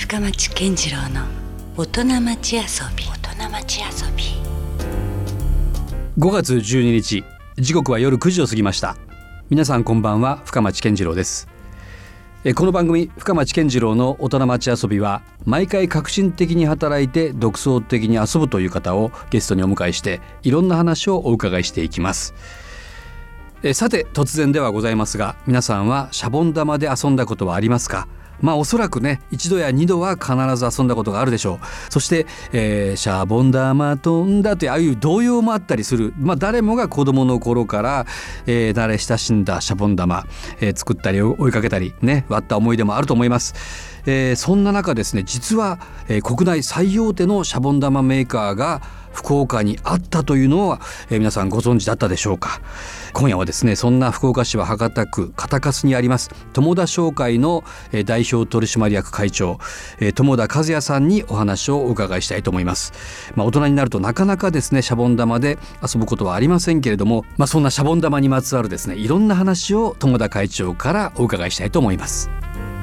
深町健次郎の大人町遊び。 5月12日、時刻は夜9時を過ぎました。皆さんこんばんは、深町健次郎です。この番組深町健次郎の大人町遊びは、毎回革新的に働いて独創的に遊ぶという方をゲストにお迎えして、いろんな話をお伺いしていきます。さて、突然ではございますが、皆さんはシャボン玉で遊んだことはありますか？おそらくね、一度や二度は必ず遊んだことがあるでしょう。そして、シャボン玉飛んだというああいう童謡もあったりする、誰もが子どもの頃から、慣れ親しんだシャボン玉、作ったり追いかけたりね、割った思い出もあると思います。そんな中ですね、実は、国内最大手のシャボン玉メーカーが福岡にあったというのは、皆さんご存知だったでしょうか。今夜はですね、そんな福岡市は博多区片粕にあります友田商会の代表取締役会長、友田和也さんにお話をお伺いしたいと思います。大人になるとなかなかですね、シャボン玉で遊ぶことはありませんけれども、そんなシャボン玉にまつわるですね、いろんな話を友田会長からお伺いしたいと思います。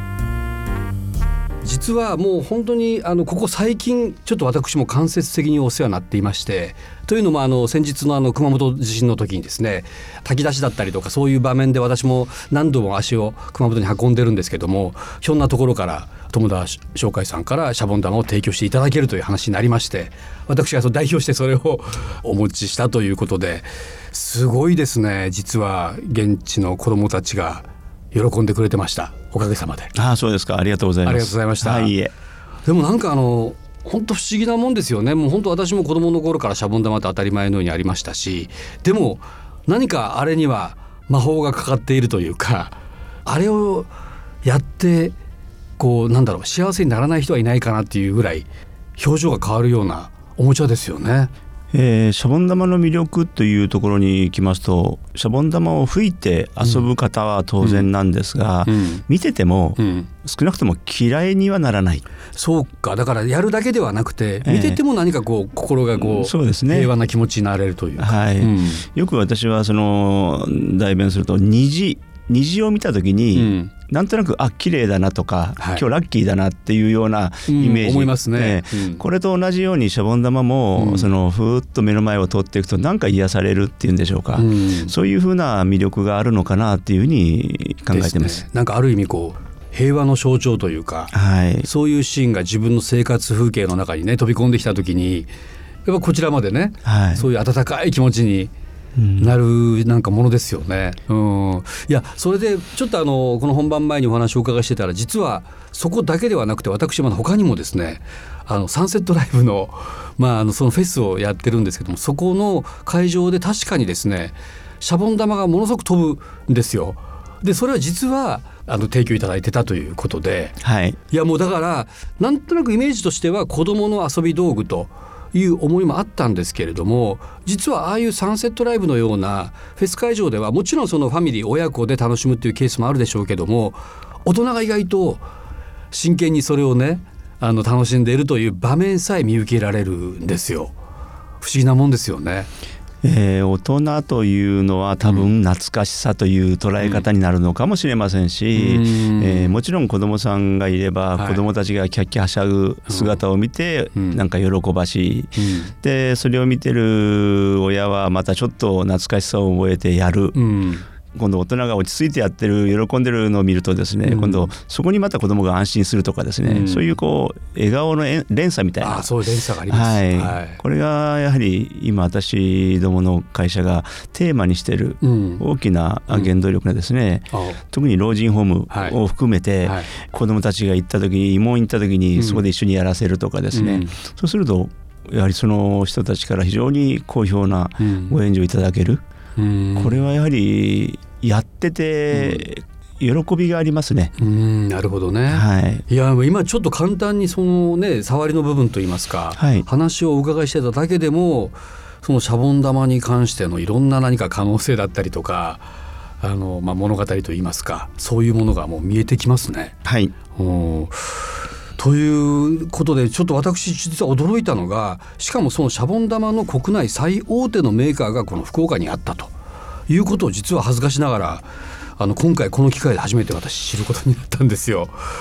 実はもう本当にここ最近ちょっと私も間接的にお世話になっていまして、というのも先日の熊本地震の時にですね、炊き出しだったりとかそういう場面で私も何度も足を熊本に運んでるんですけども、ひょんなところから友田商会さんからシャボン玉を提供していただけるという話になりまして、私が代表してそれをお持ちしたということで、すごいですね。実は現地の子どもたちが喜んでくれてました。おかげさまで。 そうですか。ありがとうございます。 ありがとうございました。でもなんか本当不思議なもんですよね。もう本当私も子供の頃からシャボン玉って当たり前のようにありましたし、でも何かあれには魔法がかかっているというか、あれをやって幸せにならない人はいないかなっていうぐらい表情が変わるようなおもちゃですよね。 シャボン玉の魅力というところに行きますと、シャボン玉を吹いて遊ぶ方は当然なんですが、見てても、少なくとも嫌いにはならない。 そうか。だからやるだけではなくて、見てても何か心がそうですね、 平和な気持ちになれるというか、 よく私は代弁すると虹を見た時に、なんとなく綺麗だなとか、今日ラッキーだなっていうようなイメージ、 思いますね。 これと同じようにシャボン玉も、ふーっと目の前を通っていくとなんか癒されるっていうんでしょうか、そういうふうな魅力があるのかなっていうふうに考えてます。 なんかある意味平和の象徴というか、そういうシーンが自分の生活風景の中にね飛び込んできた時に、やっぱこちらまでね、そういう温かい気持ちになるなんかものですよね。いや、それでちょっとこの本番前にお話をお伺いしてたら、実はそこだけではなくて、私も他にもですね、サンセットライブの、そのフェスをやってるんですけども、そこの会場で確かにですね、シャボン玉がものすごく飛ぶんですよ。でそれは実は提供いただいてたということで、いやもうだからなんとなくイメージとしては子どもの遊び道具という思いもあったんですけれども、実はああいうサンセットライブのようなフェス会場ではもちろんそのファミリー親子で楽しむっていうケースもあるでしょうけども、大人が意外と真剣にそれをね楽しんでいるという場面さえ見受けられるんですよ。不思議なもんですよね。 大人というのは多分懐かしさという捉え方になるのかもしれませんし、もちろん子どもさんがいれば、子どもたちがキャッキャはしゃぐ姿を見て、なんか喜ばしい、でそれを見てる親はまたちょっと懐かしさを覚えてやる、今度大人が落ち着いてやってる喜んでるのを見るとですね、今度そこにまた子どもが安心するとかですね、そういう笑顔の連鎖みたいな、 そういう連鎖があります。 これがやはり今私どもの会社がテーマにしている大きな原動力がですね、特に老人ホームを含めて、子どもたちが行った時に、慰問行った時にそこで一緒にやらせるとかですね、そうするとやはりその人たちから非常に好評なご援助をいただける、これはやはりやってて喜びがありますね。 なるほどね。いや今ちょっと簡単にそのね触りの部分といいますか、話をお伺いしてただけでも、そのシャボン玉に関してのいろんな何か可能性だったりとか、物語といいますか、そういうものがもう見えてきますね。ということで、ちょっと私実は驚いたのが、しかもそのシャボン玉の国内最大手のメーカーがこの福岡にあったということを、実は恥ずかしながら今回この機会で初めて私知ることになったんですよ。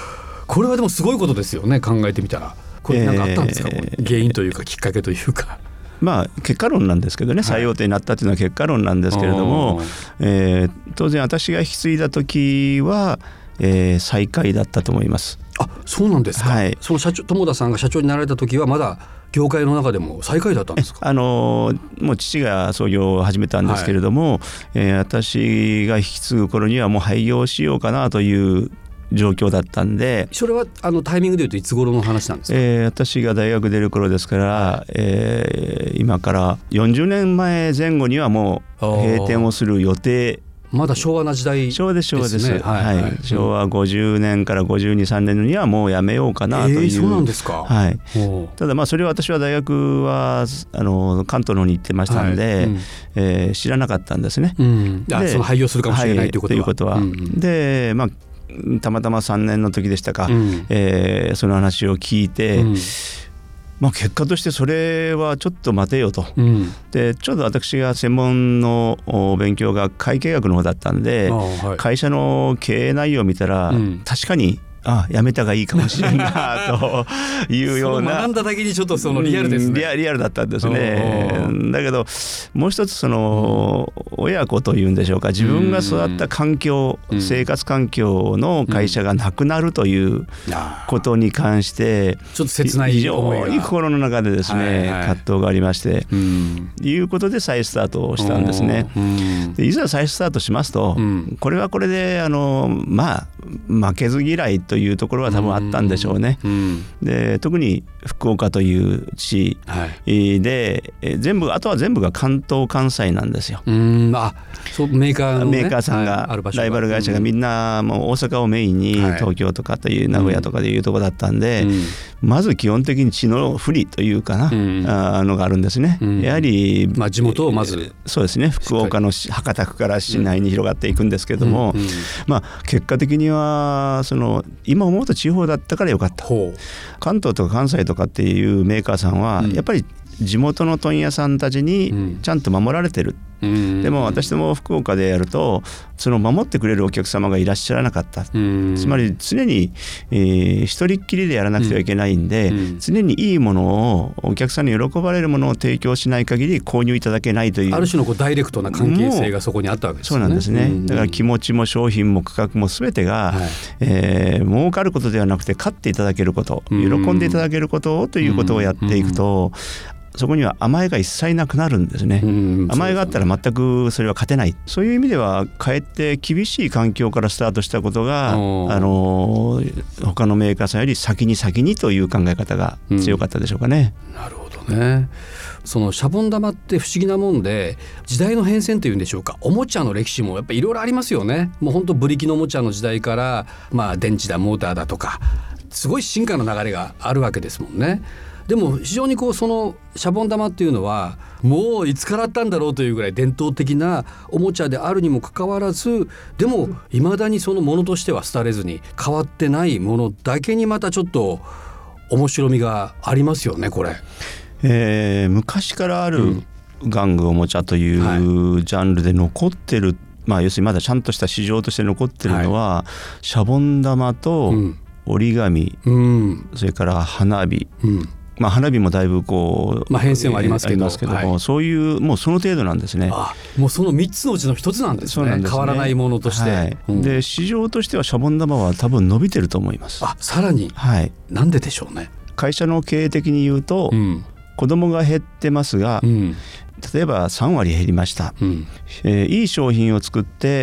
これはでもすごいことですよね、考えてみたら。これ何かあったんですか、原因というかきっかけというか。 結果論なんですけどね、最大手になったというのは結果論なんですけれども、当然私が引き継いだ時は、最下位だったと思います。 あ、そうなんですか。 はい、 その友田さんが社長になられた時はまだ業界の中でも最下位だったんですか。 もう父が創業を始めたんですけれども、私が引き継ぐ頃にはもう廃業しようかなという状況だったんで。 それはタイミングでいうといつ頃の話なんですか。 私が大学出る頃ですから、今から40年前前後にはもう閉店をする予定。 まだ昭和な時代ですね。 昭和です、昭和です。昭和50年から52、3年にはもうやめようかなという。 そうなんですか。 はい、ただそれは私は大学は関東の方に行ってましたんで、知らなかったんですね。 でその廃業するかもしれないということは。 でたまたま3年の時でしたか、その話を聞いて、結果としてそれはちょっと待てよと、でちょうど私が専門の勉強が会計学の方だったんで、会社の経営内容を見たら、確かにやめたがいいかもしれんなというような。 学んだだけにちょっとそのリアルですね。 リアルだったんですね。だけどもう一つ親子というんでしょうか、自分が育った環境、生活環境の会社がなくなるということに関してちょっと切ない思いが非常に心の中でですね、葛藤がありまして、いうことで再スタートをしたんですね。でいざ再スタートしますと、これはこれで負けず嫌いというところは多分あったんでしょうね。で特に福岡という地で、あとは全部が関東関西なんですよ。 そうメーカーさんが、ライバル会社がみんなもう大阪をメインに東京とかという名古屋とかというところだったんで、まず基本的に地の不利というかな、のがあるんですね。やはり地元をまずそうですね、福岡の博多区から市内に広がっていくんですけれども、結果的には今思うと地方だったからよかった。関東とか関西とかっていうメーカーさんはやっぱり地元の問屋さんたちにちゃんと守られてる。でも私ども福岡でやると守ってくれるお客様がいらっしゃらなかった。つまり常に、一人っきりでやらなくてはいけないんで、常にいいものをお客さんに喜ばれるものを提供しない限り購入いただけないという、 ある種のダイレクトな関係性がそこにあったわけですね。 そうなんですね。だから気持ちも商品も価格も全てが、儲かることではなくて買っていただけること、喜んでいただけることということをやっていくと、そこには甘えが一切なくなるんですね。甘えがあったら全くそれは勝てない。そういう意味ではかえって厳しい環境からスタートしたことが他のメーカーさんより先にという考え方が強かったでしょうかね。 なるほどね。そのシャボン玉って不思議なもんで、時代の変遷というんでしょうか、おもちゃの歴史もやっぱりいろいろありますよね。もう本当ブリキのおもちゃの時代から、電池だモーターだとかすごい進化の流れがあるわけですもんね。でも非常にそのシャボン玉っていうのはもういつからあったんだろうというぐらい伝統的なおもちゃであるにもかかわらず、でもいまだにそのものとしては廃れずに変わってないものだけにまたちょっと面白みがありますよね、これ。 昔からある玩具おもちゃというジャンルで残ってる、要するにまだちゃんとした市場として残ってるのは、シャボン玉と折り紙、それから花火、花火もだいぶ変遷はありますけども、そういうもうその程度なんですね。 もうその3つのうちの1つなんですね。変わらないものとして、 で市場としてはシャボン玉は多分伸びてると思います。 さらに、なんででしょうね。 会社の経営的に言うと、子供が減ってますが、例えば3割減りました、いい商品を作って、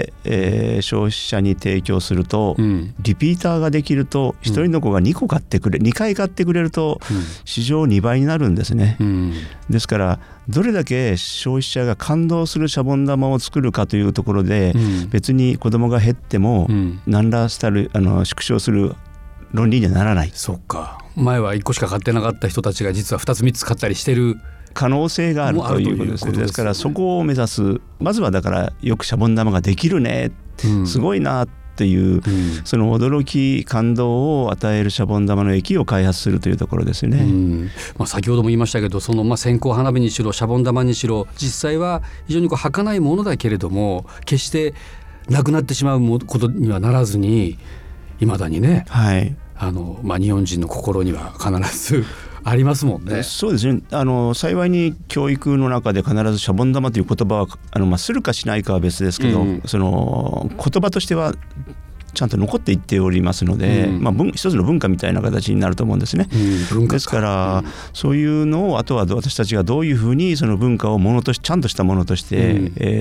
消費者に提供すると、リピーターができると、1人の子が2個買ってくれ、2回買ってくれると、市場2倍になるんですね。ですからどれだけ消費者が感動するシャボン玉を作るかというところで、別に子供が減っても何ら縮小する論理にはならない。 そっか、前は1個しか買ってなかった人たちが実は2つ3つ買ったりしてる可能性があるということですね。ですからそこを目指す、まずはだからよくシャボン玉ができるね、すごいなっていう、その驚き感動を与えるシャボン玉の液を開発するというところですね。 先ほども言いましたけど、線香花火にしろシャボン玉にしろ、実際は非常に儚いものだけれども、決してなくなってしまうことにはならずに、いまだにね、 日本人の心には必ずありますもんね。 そうですね。幸いに教育の中で必ずシャボン玉という言葉はするかしないかは別ですけど、その言葉としてはちゃんと残っていっておりますので、一つの文化みたいな形になると思うんですね。ですから、そういうのをあとは私たちがどういうふうにその文化をちゃんとしたものとして、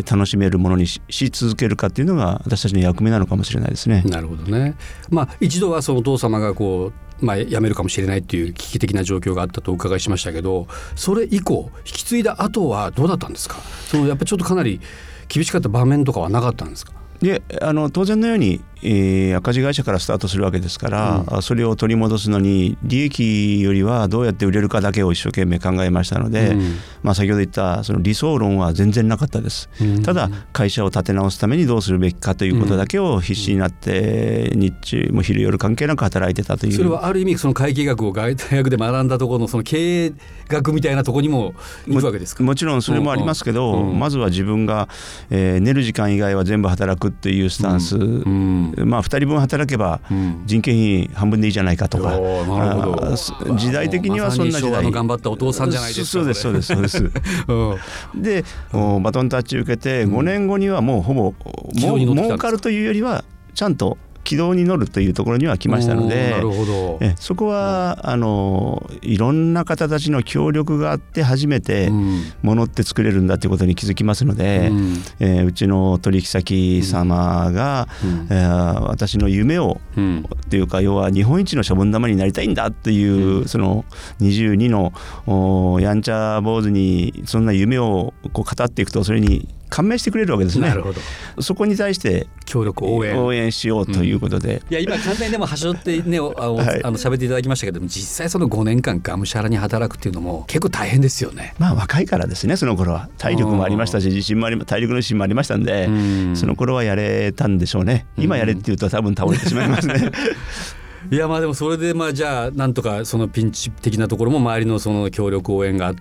楽しめるものに し続けるかっていうのが私たちの役目なのかもしれないですね。 なるほどね。一度はそのお父様が辞めるかもしれないっていう危機的な状況があったとお伺いしましたけど、それ以降引き継いだ後はどうだったんですか？やっぱりちょっとかなり厳しかった場面とかはなかったんですか？ で当然のように、赤字会社からスタートするわけですから、それを取り戻すのに利益よりはどうやって売れるかだけを一生懸命考えましたので、先ほど言ったその理想論は全然なかったです。ただ会社を立て直すためにどうするべきかということだけを必死になって日中も昼夜関係なく働いてたという。 それはある意味その会計学を大学で学んだところのその経営学みたいなところにも行くわけですか？ もちろんそれもありますけど、まずは自分が、寝る時間以外は全部働くっていうスタンス、2人分働けば人件費半分でいいじゃないかとか、時代的にはそんな時代、 昭和の頑張ったお父さんじゃないですか。 そうですでバトンタッチ受けて5年後にはもうほぼ儲かるというよりはちゃんと軌道に乗るというところには来ましたので、 なるほど。 そこはいろんな方たちの協力があって初めて物って作れるんだということに気づきますので、うちの取引先様が、私の夢を、というか要は日本一のシャボン玉になりたいんだという、その22のやんちゃ坊主にそんな夢を語っていくとそれに感銘してくれるわけですね。 なるほど。 そこに対して協力応援しようということで、 いや今簡単にでも端折ってね喋っていただきましたけども、実際その5年間がむしゃらに働くっていうのも結構大変ですよね。 若いからですね。その頃は体力もありましたし体力の自信もありましたんで、その頃はやれたんでしょうね。今やれっていうと多分倒れてしまいますね。 いやでもそれでじゃあなんとかそのピンチ的なところも周りのその協力応援があって、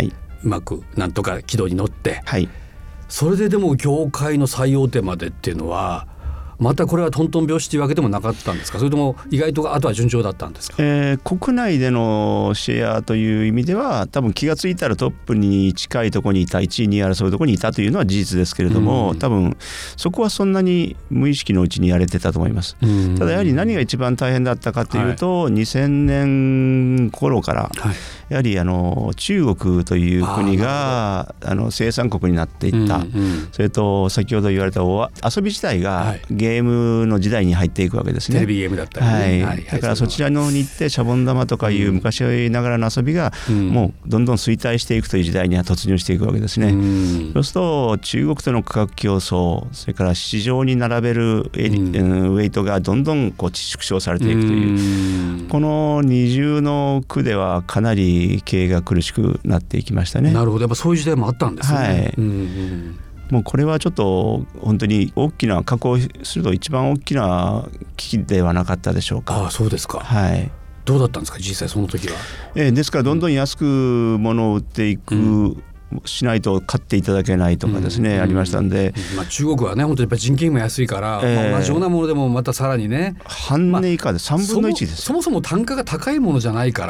うまくなんとか軌道に乗って、それでも業界の最大手までっていうのはまたこれはトントン拍子というわけでもなかったんですか？それとも意外とあとは順調だったんですか？ 国内でのシェアという意味では多分気がついたらトップに近いところにいた、1位2位争うところにいたというのは事実ですけれども、多分そこはそんなに無意識のうちにやれてたと思います。ただやはり何が一番大変だったかというと、2000年頃からやはり中国という国が生産国になっていった、それと先ほど言われた遊び自体がゲームの時代に入っていくわけですね。 テレビゲームだったりね、 だからそちらの方に行ってシャボン玉とかいう昔ながらの遊びがもうどんどん衰退していくという時代には突入していくわけですね。そうすると中国との価格競争、それから市場に並べるウェイトがどんどん縮小されていくという、この二重の苦ではかなり経営が苦しくなっていきましたね。 なるほど。やっぱそういう時代もあったんですね。 もうこれはちょっと本当に大きな加工すると一番大きな危機ではなかったでしょうか。 そうですか。どうだったんですか実際その時は。 ですからどんどん安く物を売っていく、しないと買っていただけないとかですね、ありましたんで、 中国はね本当にやっぱり人件費も安いから、同じようなものでもまたさらにね半値以下で3分の1です。 そもそも単価が高いものじゃないから、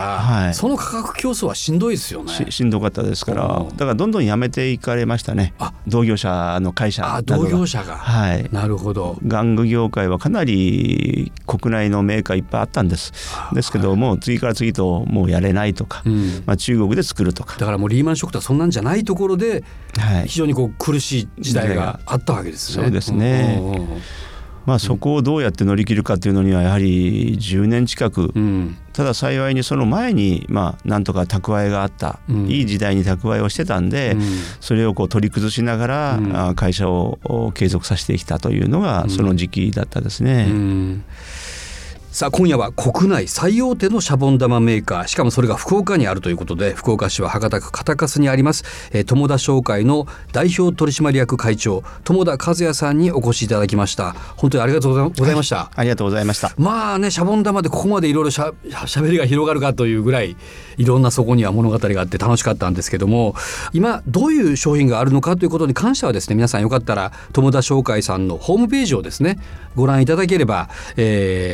その価格競争はしんどいですよね。 しんどかったですから、だからどんどんやめていかれましたね。同業者の会社などが。 同業者が、なるほど。 玩具業界はかなり国内のメーカーいっぱいあったんです。ですけども次から次ともうやれないとか、中国で作るとか、 だからもうリーマンショックとかそんなんじゃないところで非常に苦しい時代があったわけですね。 そうですね。そこをどうやって乗り切るかというのにはやはり10年近く、ただ幸いにその前になんとか蓄えがあった、いい時代に蓄えをしてたんで、それを取り崩しながら、会社を継続させてきたというのがその時期だったですね。 さあ今夜は国内最大手のシャボン玉メーカー、しかもそれが福岡にあるということで、福岡市は博多区片粕にあります、友田商会の代表取締役会長友田和也さんにお越しいただきました。本当にありがとうございました。 ありがとうございました。 シャボン玉でここまでいろいろしゃべりが広がるかというぐらいいろんなそこには物語があって楽しかったんですけども、今どういう商品があるのかということに関してはですね、皆さんよかったら友田商会さんのホームページをですねご覧いただければ、たくさんの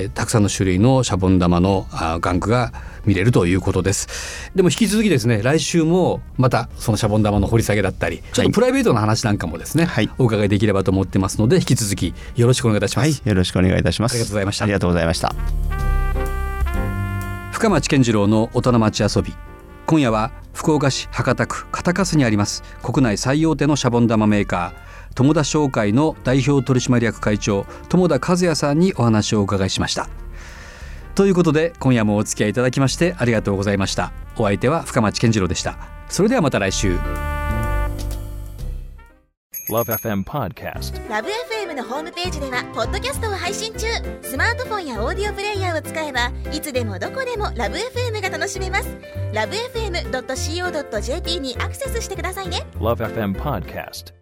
種類のシャボン玉の玩具が見れるということです。でも引き続きですね、来週もまたそのシャボン玉の掘り下げだったり、ちょっとプライベートな話なんかもですね、はい、お伺いできればと思ってますので、引き続きよろしくお願いいたします。 はい、よろしくお願いいたします。 ありがとうございました。 ありがとうございました。 深町健次郎の大人町遊び、今夜は福岡市博多区片粕にあります国内最大手のシャボン玉メーカー友田商会の代表取締役会長友田和也さんにお話をお伺いしました。ということで今夜もお付き合いいただきましてありがとうございました。お相手は深町健次郎でした。それではまた来週。 LoveFM Podcast。LoveFM のホームページではポッドキャストを配信中。スマートフォンやオーディオプレイヤーを使えばいつでもどこでも LoveFM が楽しめます。LoveFM.co.jp にアクセスしてくださいね。LoveFM Podcast。